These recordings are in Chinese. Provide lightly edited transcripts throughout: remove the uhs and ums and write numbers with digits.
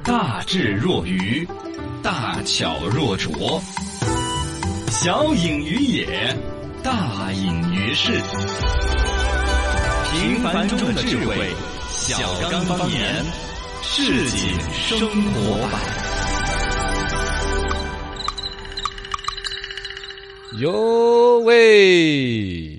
大智若愚，大巧若拙，小隐于野，大隐于市。平凡中的智慧，小刚方言，市井生活版。 哟喂！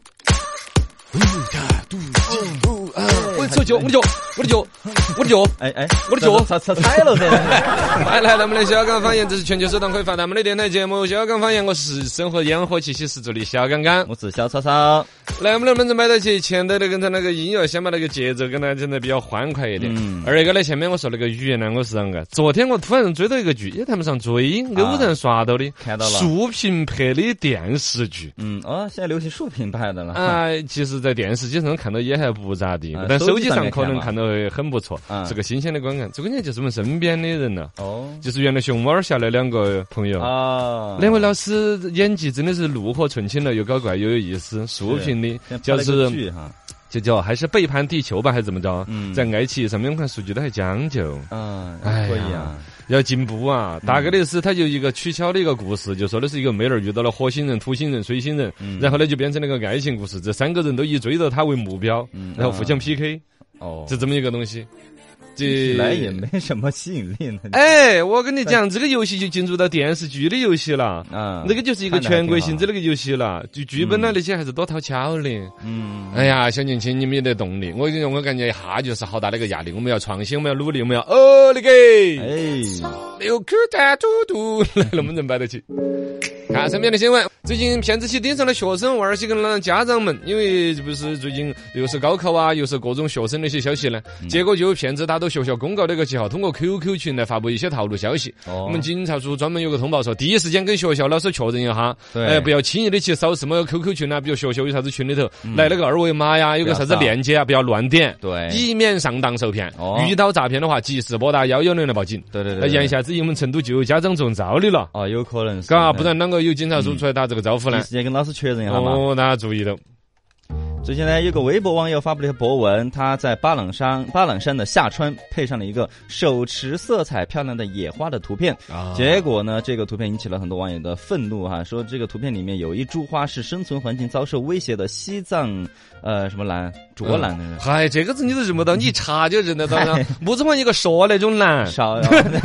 我的脚！我的脚！ 踩了噻！ 来，咱们的小刚方言，这是全球首档可以发咱们的电台节目。小刚方言，我是生活烟火气息十足的小刚刚， 我是小草草。 来，我们能不能摆到起？前头的跟他那个音乐，先把那个节奏跟他整得比较欢快一点。二一个呢，前面我说那个语言呢，我是啷个？昨天我突然追到一个剧，也谈不上追，偶然刷到的， 看到了竖屏拍的电视剧。 现在流行竖屏拍的了。 其实，在电视机上看到也还不咋地，但手机上可能看到很不错，是个新鲜的观感。这个呢，就是我们身边的人了。就是原来熊猫下来两个朋友两位老师演技真的是炉火纯青了，又搞怪又有意思。竖屏的，就叫还是背叛地球吧，还是怎么着？在爱奇艺上面我看数据都还将就。 可以啊。 要进步啊！大概的是，它就一个取巧的一个故事，就说的是一个妹儿遇到了火星人、土星人、水星人，然后呢就变成了个爱情故事，这三个人都以追到他为目标，然后互相 PK，就这么一个东西。 这来也没什么吸引力呢。 我跟你讲，这个游戏就进入到电视剧的游戏了。那个就是一个全国性质那个游戏了。就剧本呢那些还是多讨巧的。哎呀，小年轻，你们也得动力。我感觉一下就是好大的一个压力。我们要创新，我们要努力，我们要那个六口蛋嘟嘟来了，我们能摆得起。看身边的新闻，最近骗子系盯上了学生、娃儿系跟家长们，因为不是最近又是高考啊，又是各种学生的一些消息呢，结果就有骗子打到学校公告的一个旗号，通过 QQ 群来发布一些套路消息。我们警察署专门有个通报说，第一时间跟学校老师确认一下，不要轻易的去扫什么 QQ 群啊，比如学校有啥子群里头来了个二维码呀，有个啥子链接啊，不要乱点，以免上当受骗。遇到诈骗的话，及时拨打110来报警。对，眼下子我们成都就有家长中招的了。 有可能是。 不然啷个有警察署出来打这个招呼呢？ 直接跟老师确认一下嘛。 大家注意了。 最近呢，有个微博网友发布了一个博文，他在巴朗山的下川配上了一个手持色彩漂亮的野花的图片，结果呢，这个图片引起了很多网友的愤怒说这个图片里面有一株花是生存环境遭受威胁的西藏什么兰卓兰的。 这个字你都认不到，你一查就认得到了。木字旁一个说那种兰， 少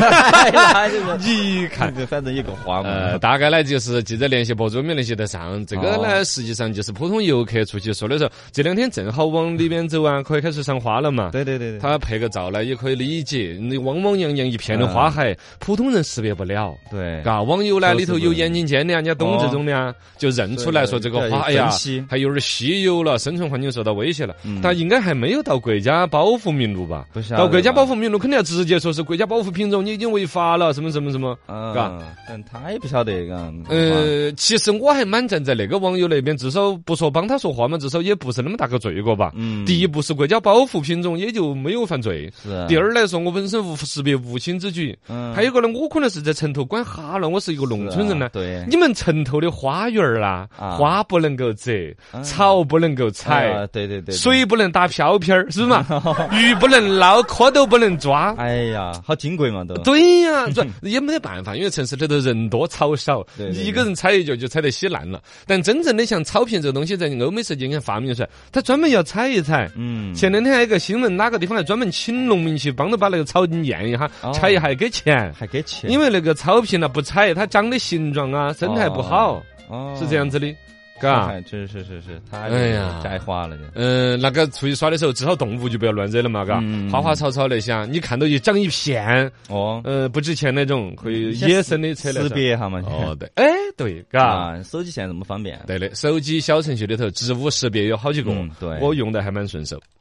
一看反正一个花嘛。 大概呢就是记者联系博主没联系得上，这个呢实际上就是普通游客出去说的时候，这两天正好往里面走啊，可以开始赏花了嘛。对，他拍个照呢也可以理解，那汪汪洋洋一片的花海，普通人识别不了。对，网友呢里头有眼睛尖的啊，人家懂这种的啊，就认出来说这个花还有点稀有了，生存环境受到威胁了。但应该还没有到国家保护名录吧？不是，到国家保护名录肯定要直接说是国家保护品种，你已经违法了，什么。 但他也不晓得其实我还蛮站在那个网友那边，至少不说帮他说话嘛，至少也不是那么大个罪过吧。第一步是国家保护品种，也就没有犯罪。第二来说，我本身无识别无亲之举。还有个呢，我可能是在城头管哈了，我是一个农村人呢。对，你们城头的花园啦，花不能够折，草不能够采，对，水不能打漂漂，是嘛？鱼不能捞，蝌蚪不能抓。 哎呀，好金贵嘛都。 对呀，也没得办法，因为城市里头人多草少，一个人踩一脚就踩得稀烂了。但真正的像草坪这个东西，在欧美世界发明出来，他专门要踩一踩。前两天还有一个新闻，哪个地方还专门请农民去帮他把那个草验一下，踩一下还给钱，因为那个草坪不踩，它长的形状啊，生态不好，是这样子的。 是，他摘花了的。 那个出去耍的时候，至少动物就不要乱惹了嘛，花花草草那些，你看到一长一片，不值钱那种，可以野生的车来识别一下嘛。 对， 手机现在这么方便。 对的，手机小程序里头植物识别有好几个，我用的还蛮顺手。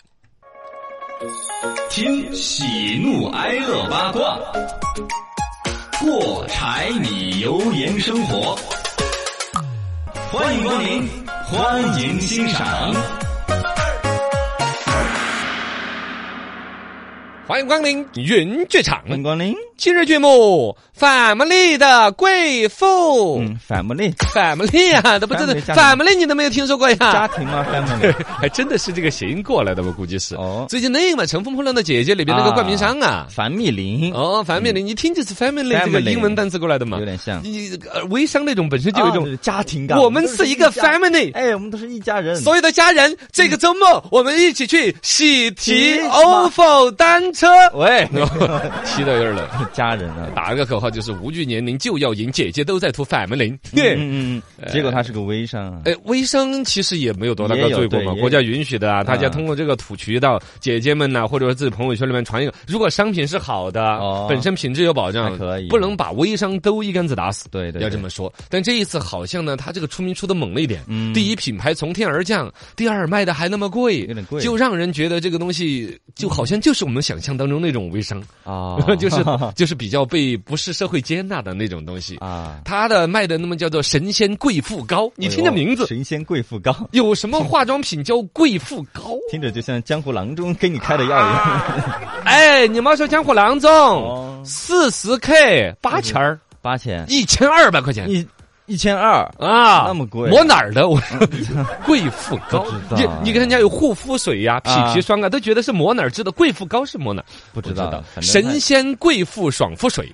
听喜怒哀乐八卦，过柴米油盐生活。欢迎光临，欢迎欣赏。 欢迎光临云剧场， 欢迎光临今日剧目，family 的贵妇。family 啊，都不知道 family 你都没有听说过呀？ 家庭吗 ？family 还真的是这个谐音过来的，我估计是。最近那个嘛，《乘风破浪的姐姐》里边那个冠名商啊， 樊蜜林。 樊蜜林，一听就是 family 这个英文单词过来的嘛， 有点像。 微商那种本身就有一种家庭感。 我们是一个 family， 我们都是一家人。 所有的家人，这个周末我们一起去喜提 ofo 单车。喂，提到这儿了。 家人啊， 打了个口号就是无惧年龄就要赢，姐姐都在涂family。 结果它是个微商。 微商其实也没有多大个罪过嘛，国家允许的啊，大家通过这个土渠道，姐姐们呐，或者说自己朋友圈里面传一个，如果商品是好的，本身品质有保障， 可以， 不能把微商都一竿子打死。 对， 要这么说。但这一次好像呢，他这个出名出的猛了一点。第一，品牌从天而降；第二，卖的还那么贵， 有点贵， 就让人觉得这个东西就好像就是我们想象当中那种微商啊，就是比较被不是社会接纳的那种东西啊。他的卖的那么叫做神仙贵妇膏，你听这名字， 神仙贵妇膏，有什么化妆品叫贵妇膏？ 听着就像江湖郎中给你开的药一样。你莫说江湖郎中，40K 8000， 1200块钱。 1200 啊， 那么贵， 抹哪儿的？我贵妇膏，你跟人家有护肤水呀、皮霜啊，都觉得是抹哪儿制的，贵妇膏是抹哪儿？ 不知道。 神仙贵妇爽肤水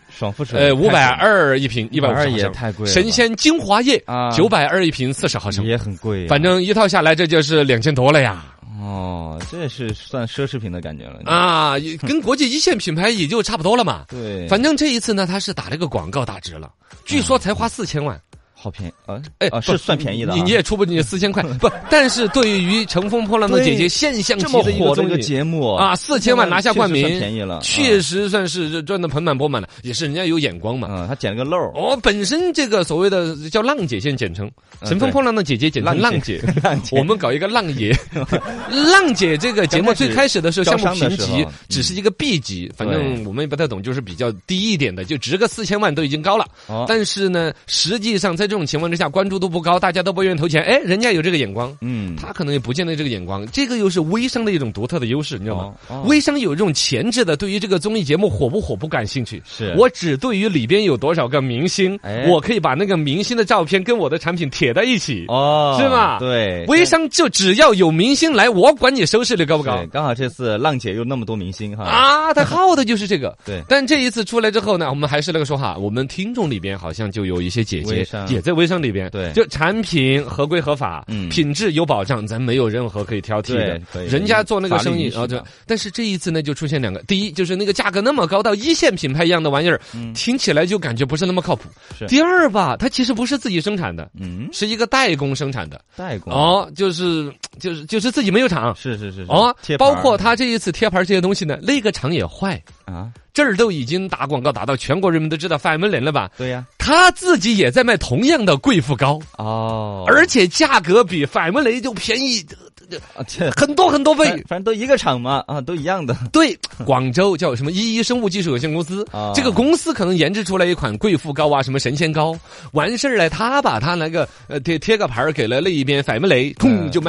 ，520一瓶，150毫升， 也太贵了。 神仙精华液，920一瓶，40毫升， 也很贵。 反正一套下来，这就是2000多了呀。 这是算奢侈品的感觉了啊，跟国际一线品牌也就差不多了嘛。 对， 反正这一次呢，他是打了个广告打值了，据说才花4000万。 好便宜是算便宜的。 你也出不进4000块不？但是对于《乘风破浪的姐姐》现象级的一个节目啊，4000万拿下冠名， 便宜了， 确实算是赚得盆满钵满了，也是人家有眼光嘛。 他捡了个漏。 本身这个所谓的叫浪姐，现简称《乘风破浪的姐姐》，简称浪姐。我们搞一个浪爷。浪姐这个节目最开始的时候项目评级只是一个 B 级，反正我们也不太懂，就是比较低一点的，就值个4000万都已经高了。但是呢，实际上在这种情况之下，关注度不高，大家都不愿意投钱。人家有这个眼光，他可能也不见得这个眼光。这个又是微商的一种独特的优势，你知道吗？微商有这种前置的，对于这个综艺节目火不火不感兴趣，我只对于里边有多少个明星，我可以把那个明星的照片跟我的产品贴在一起，是吗？ 对， 微商就只要有明星来，我管你收视率高不高。 刚好这次浪姐有那么多明星哈他靠的就是这个。 对， 但这一次出来之后呢，我们还是那个说哈，我们听众里边好像就有一些姐姐也在微商里边。 对， 就产品合规合法，品质有保障，咱没有任何可以挑剔的。人家做那个生意但是这一次呢，就出现两个，第一就是那个价格那么高，到一线品牌一样的玩意儿，听起来就感觉不是那么靠谱。第二吧，它其实不是自己生产的，是一个代工生产的。 代工就是自己没有厂。 是包括他这一次贴牌这些东西呢，那个厂也坏啊。 这儿都已经打广告打到全国人民都知道family了吧？ 对呀， 他自己也在卖同样的贵妇膏而且价格比family就便宜很多很多倍， 反正都一个厂嘛，都一样的。 对，广州叫什么一生物技术有限公司，这个公司可能研制出来一款贵妇膏什么神仙膏，完事儿了，他把他那个贴个牌给了那一边family，砰就卖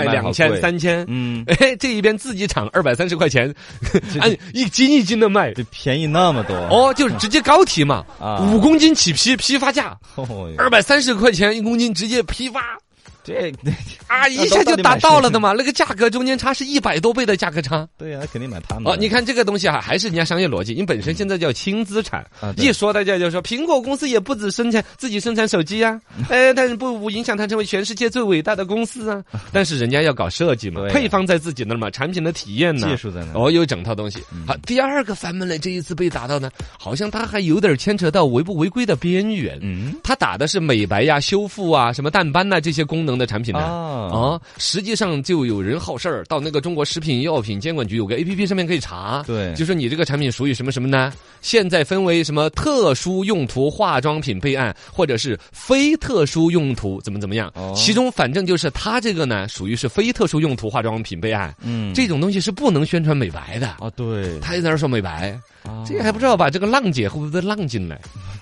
2000、3000，这一边自己厂230块钱，按一斤一斤的卖， 便宜那么多就直接高提嘛，5公斤起批发价，230块钱1公斤直接批发。一下就达到了的嘛，那个价格中间差是100多倍的价格差。 对呀，肯定买他们。 你看这个东西还是人家商业逻辑，因为本身现在叫轻资产，一说大家就说苹果公司也不止自己生产手机啊，但是不影响它成为全世界最伟大的公司啊。但是人家要搞设计嘛，配方在自己那儿嘛，产品的体验呢， 技术在那。 有整套东西。好，第二个family这一次被打到呢，好像他还有点牵扯到违不违规的边缘。他打的是美白呀、修复啊、什么淡斑呐这些功能的产品呢。实际上就有人好事儿到那个中国食品药品监管局有个 APP 上面可以查， 对， 就说你这个产品属于什么什么呢？现在分为什么特殊用途化妆品备案，或者是非特殊用途怎么样？其中反正就是它这个呢，属于是非特殊用途化妆品备案。这种东西是不能宣传美白的。 对， 他也在那说美白。这还不知道把这个浪姐会不会浪进来？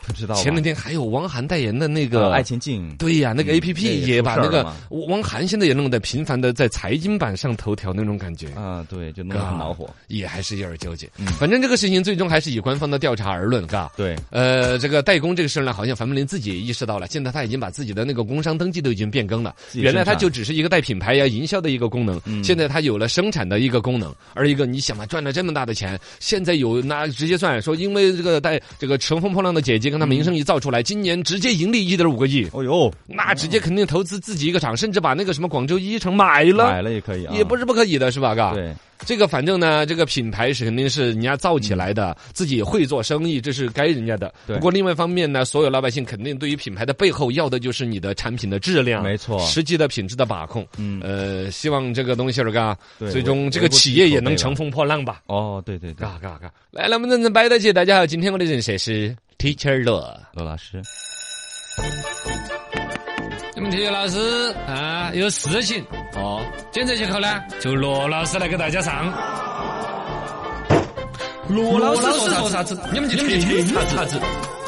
不知道。 前两天还有汪涵代言的那个爱情镜， 对呀，那个 APP 也把那个嗯汪涵现在也弄得频繁的在财经版上头条那种感觉啊，对，就弄得很恼火， 也还是有点纠结。反正这个事情最终还是以官方的调查而论，嘎。 对， 这个代工这个事呢，好像樊梦林自己也意识到了，现在他已经把自己的那个工商登记都已经变更了。原来他就只是一个带品牌呀、营销的一个功能，现在他有了生产的一个功能。而一个你想嘛，赚了这么大的钱，现在有那直接算说，因为这个带这个乘风破浪的姐姐跟他名声一造出来，今年直接盈利1.5个亿。 哦哟， 那直接肯定投资自己一个厂，甚至把那个什么广州一城买了也可以啊， 也不是不可以的，是吧？嘎， 对。 这个反正呢，这个品牌是肯定是人家造起来的，自己也会做生意，这是该人家的。不过另外一方面呢，所有老百姓肯定对于品牌的背后要的就是你的产品的质量， 没错， 实际的品质的把控。希望这个东西儿嘎，最终这个企业也能乘风破浪吧。 哦，对， 嘎，来，我们认真摆到起。大家好，今天我的人设是 Teacher 罗老师。 我们体育老师啊，有事情哦。今这节课呢，就罗老师来给大家上。罗老师说啥子，你们就听啥子。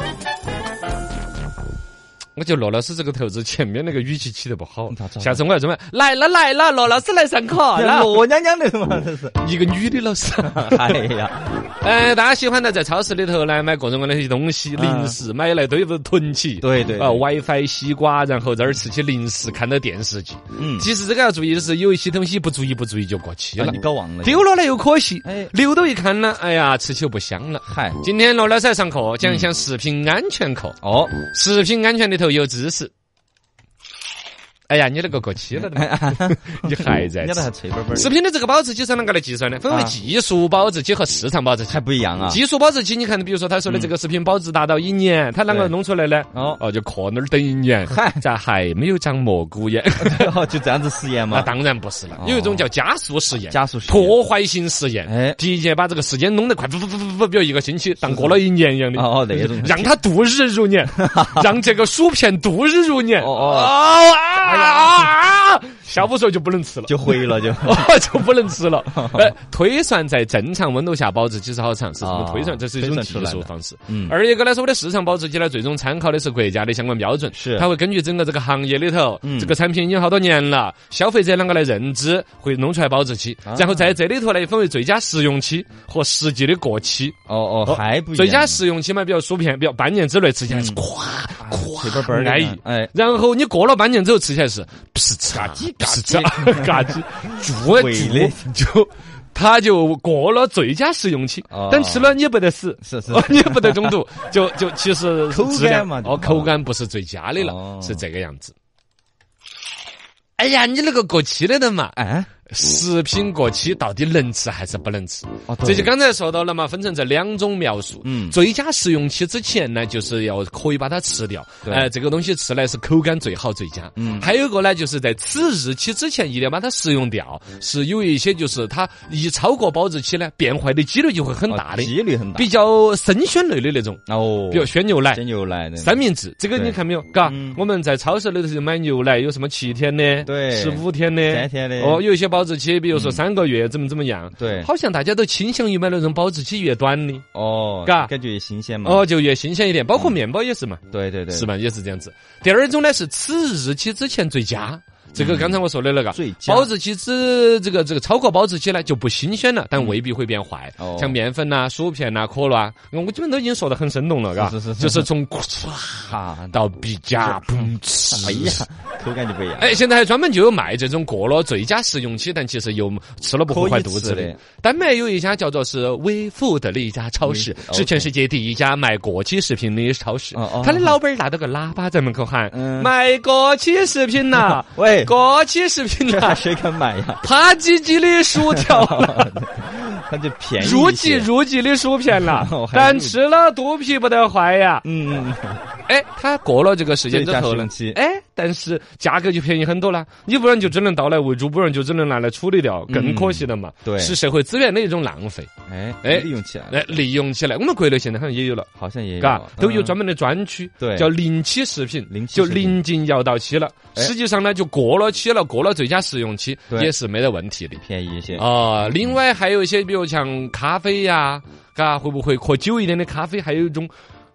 我觉得罗老师这个头子前面那个语气起得不好，下次我要这么来了，罗老师来上课了， 罗娘娘的嘛，这是一个女的老师。 哎呀， 大家喜欢呢，在超市里头呢买各种各样的一些东西，零食买来堆不囤起， 对 ，WiFi 西瓜，然后这儿吃起零食，看到电视剧。其实这个要注意的是，有一些东西不注意就过期了， 你搞忘了， 丢了又可惜，留到一看呢，哎呀，吃起又不香了。 嗨， 今天罗老师来上课，讲一讲食品安全课。 哦， 食品安全里头有知识。哎呀，你那个过期了的，你还在吃？食品的这个保质期是啷个来计算呢？分为技术保质期和市场保质期， 还不一样啊。 技术保质期，你看，比如说他说的这个食品保质达到1年，他啷个弄出来呢？就刻那儿等1年，在还没有长蘑菇眼， 就这样子实验嘛？ 那当然不是了，有一种叫加速实验， 破坏性实验，提前把这个时间弄得快，比如1个星期，当过了1年一样的。 那种让它度日如年，让这个薯片度日如年。下午时候就不能吃了， 就毁了就不能吃了。推算在正常温度下保质期是好长，是怎么推算？这是一种技术方式。而一个呢，说的市场保质期呢，最终参考的是国家的相关标准， 是它会根据整个这个行业里头，这个产品已经好多年了，消费者啷个来认知，会弄出来保质期，然后在这里头呢，分为最佳食用期和实际的过期。 还不一样。 最佳食用期嘛，比如薯片，比如半年之内吃起来是咵安逸，然后你过了半年之后吃起来是嘎叽就它就过了最佳食用期，但吃了你也不得死， 是你也不得中毒，就其实口感嘛， 口感不是最佳的了，是这个样子。哎呀，你那个过期了的嘛，食品过期到底能吃还是不能吃？这就刚才说到了嘛，分成这2种描述。最佳食用期之前呢，就是要可以把它吃掉，这个东西吃来是口感最好最佳。还有一个呢，就是在此日期之前一定要把它食用掉，是有一些就是它一超过保质期呢，变坏的几率就会很大的， 几率很大， 比较生鲜类的那种比如鲜牛奶、三明治，这个你看没有？嘎，我们在超市里头买牛奶有什么7天的，15天的 ，3天的， 有一些保质期，比如说3个月，怎么样？ 对， 好像大家都倾向于买那种保质期越短的。 嘎，感觉越新鲜嘛。 就越新鲜一点，包括面包也是嘛。 对， 是嘛，也是这样子。第二种呢是此日期之前最佳。这个刚才我说的那个保质期这个超过保质期呢就不新鲜了，但未必会变坏。像面粉呐、薯片呐、可乐啊，我基本都已经说得很生动了，嘎，就是从到比较哎呀，口感就不一样。 现在还专门就有卖这种过了最佳食用期，但其实又吃了不会坏肚子的。丹麦有一家叫做是微富的一家超市，是全世界第一家卖过期食品的超市。他的老板拿到个喇叭在门口喊：“卖过期食品呐！” 喂。 过期食品啦， 谁敢买呀？ 帕吉吉的薯条了， 它就便宜。 入吉的薯片了，但吃了肚皮不得坏呀。它过了这个时间之后呢，但是价格就便宜很多了。你不然就只能倒来为主，不然就只能拿来处理掉，更可惜了嘛。 对， 是社会资源的一种浪费。利用起来，我们国内现在好像也有了， 好像也有， 嘎，都有专门的专区，叫临期食品，就临近要到期了。实际上呢，就过了期了，过了最佳食用期也是没得问题的， 便宜一些另外还有一些，比如像咖啡呀，嘎，会不会喝久一点的咖啡，还有一种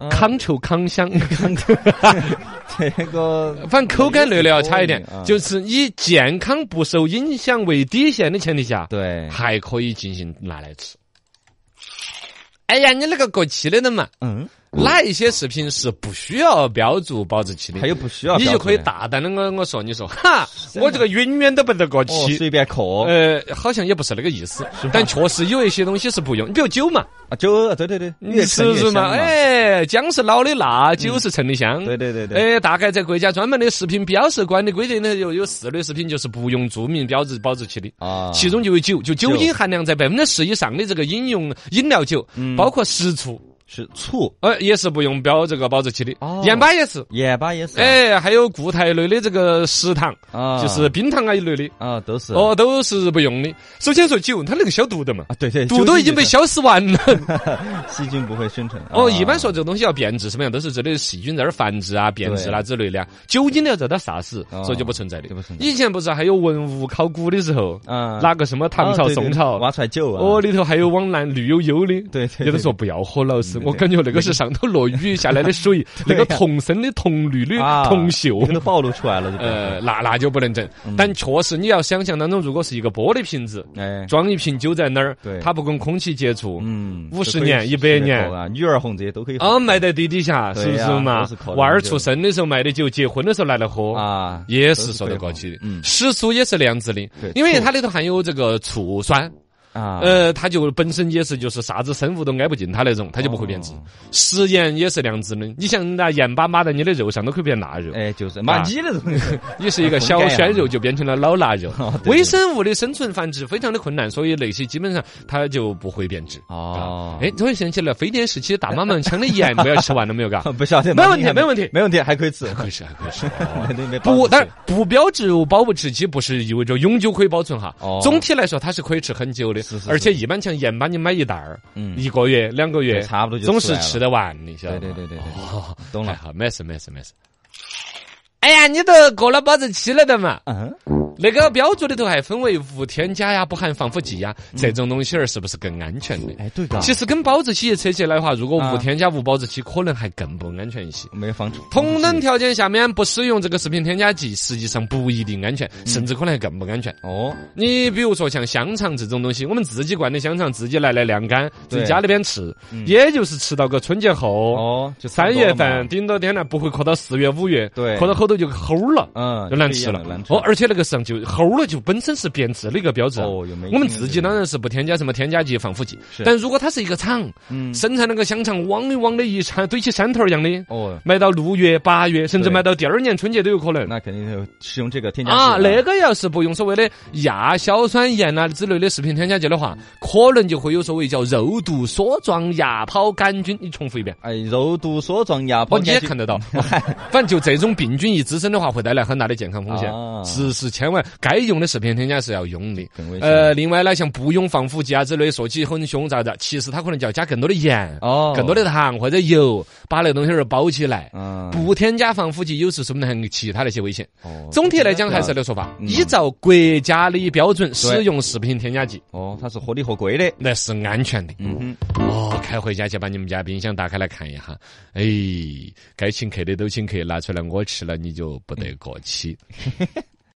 糠臭糠香， 这个反正口感略略要差一点，就是以健康不受影响为底线的前提下， 对， 还可以进行拿来吃。哎呀，你那个过期的人嘛，哪一些食品是不需要标注保质期的？ 还有不需要标注的， 你就可以大胆的我说，你说哈，我这个永远都不得过期， 随便扣。 好像也不是那个意思，但确实有一些东西是不用，你比如酒嘛。 酒，对，越陈越香嘛。 姜是老的辣，酒是陈的香。 对。 大概在国家专门的食品标识管理规定呢，有4类食品就是不用注明标志保质期的啊，其中就有酒，就酒精含量在10%以上的这个饮料酒，包括食醋。 是醋， 也是不用标这个保质期的。盐巴也是，还有固态类的这个食糖啊，就是冰糖啊一类的啊，都是不用的。首先说酒，它那个消毒的嘛， 对， 毒都已经被消失完了， 细菌不会生成。 一般说这个东西要变质什么样，都是这里细菌在这儿繁殖啊、变质啦之类的。酒精要在它杀死，所以就不存在的。以前不是还有文物考古的时候，拿个什么唐朝、宋朝挖出来酒啊， 里头还有往南绿油油的， 对， 有的说不要喝老师。我感觉那个是上头落雨下来的水，那个铜深的铜绿的铜锈都暴露出来了。 那就不能整。但确实你要想象当中，如果是一个玻璃瓶子，装一瓶酒在那儿，它不跟空气接触，50年、100年， 女儿红这些都可以埋在地底下，是不是嘛？娃儿出生的时候卖的酒，结婚的时候拿来喝啊，也是说得过去的。食醋也是凉制的，因为它里头含有这个醋酸。它就本身也是就是啥子生物都挨不进它那种，它就不会变质。食盐也是凉制的，你想拿盐巴码在你的肉上都可以变腊肉。 就是骂你的东西， 你是一个小鲜肉就变成了老腊肉。微生物的生存繁殖非常的困难，所以那些基本上它就不会变质。突然想起了非典时期大妈们抢的盐不要吃完了没有？ 不晓得， 没问题， 还可以吃， 可以吃。不标志保质期不是意味着永久可以保存哈。总体来说它是可以吃很久的。而且一般像盐巴，你买一袋儿，1个月、2个月， 差不多就总是吃得完，你晓得？ 对，懂了。 好，没事。哎呀，你都过了保质期了的嘛？那个标注里头还分为无添加呀、不含防腐剂呀，这种东西儿是不是更安全的？ 对的。 其实跟保质期一扯起来的话，如果无添加、无保质期，可能还更不安全一些。 没防止。 同等条件下面不使用这个食品添加剂，实际上不一定安全，甚至可能还更不安全。你比如说像香肠这种东西，我们自己灌的香肠，自己来晾干，自己家里边吃，也就是吃到个春节后，就3月份，顶多天了，不会磕到4月、5月，磕到后头就齁了，就难吃了。而且那个上就齁了，就本身是变质的一个标志。我们自己当然是不添加什么添加剂、防腐剂，但如果它是一个厂生产那个香肠，汪的一铲堆起山头一样的，卖到6月、8月，甚至卖到第2年春节都有可能。 那肯定是使用这个添加剂那个要是不用所谓的亚硝酸盐啊之类的食品添加剂的话，可能就会有所谓叫肉毒梭状亚疱杆菌。你重复一遍。 肉毒梭状亚疱杆菌你也看得到。反正就这种病菌一滋生的话，会带来很大的健康风险。是千万该用的食品添加是要用的。另外呢，像不用防腐剂啊之类，说起很凶咋子，其实它可能就要加更多的盐，更多的糖或者油，把那个东西儿包起来。不添加防腐剂，有时说不定还有其他的一些危险。总体来讲还是那个说法，依照国家的标准使用食品添加剂。 它是合理合规的， 那是安全的。开回家去把你们家冰箱打开来看一下，该请客的都请客，拿出来我吃了，你就不得过期。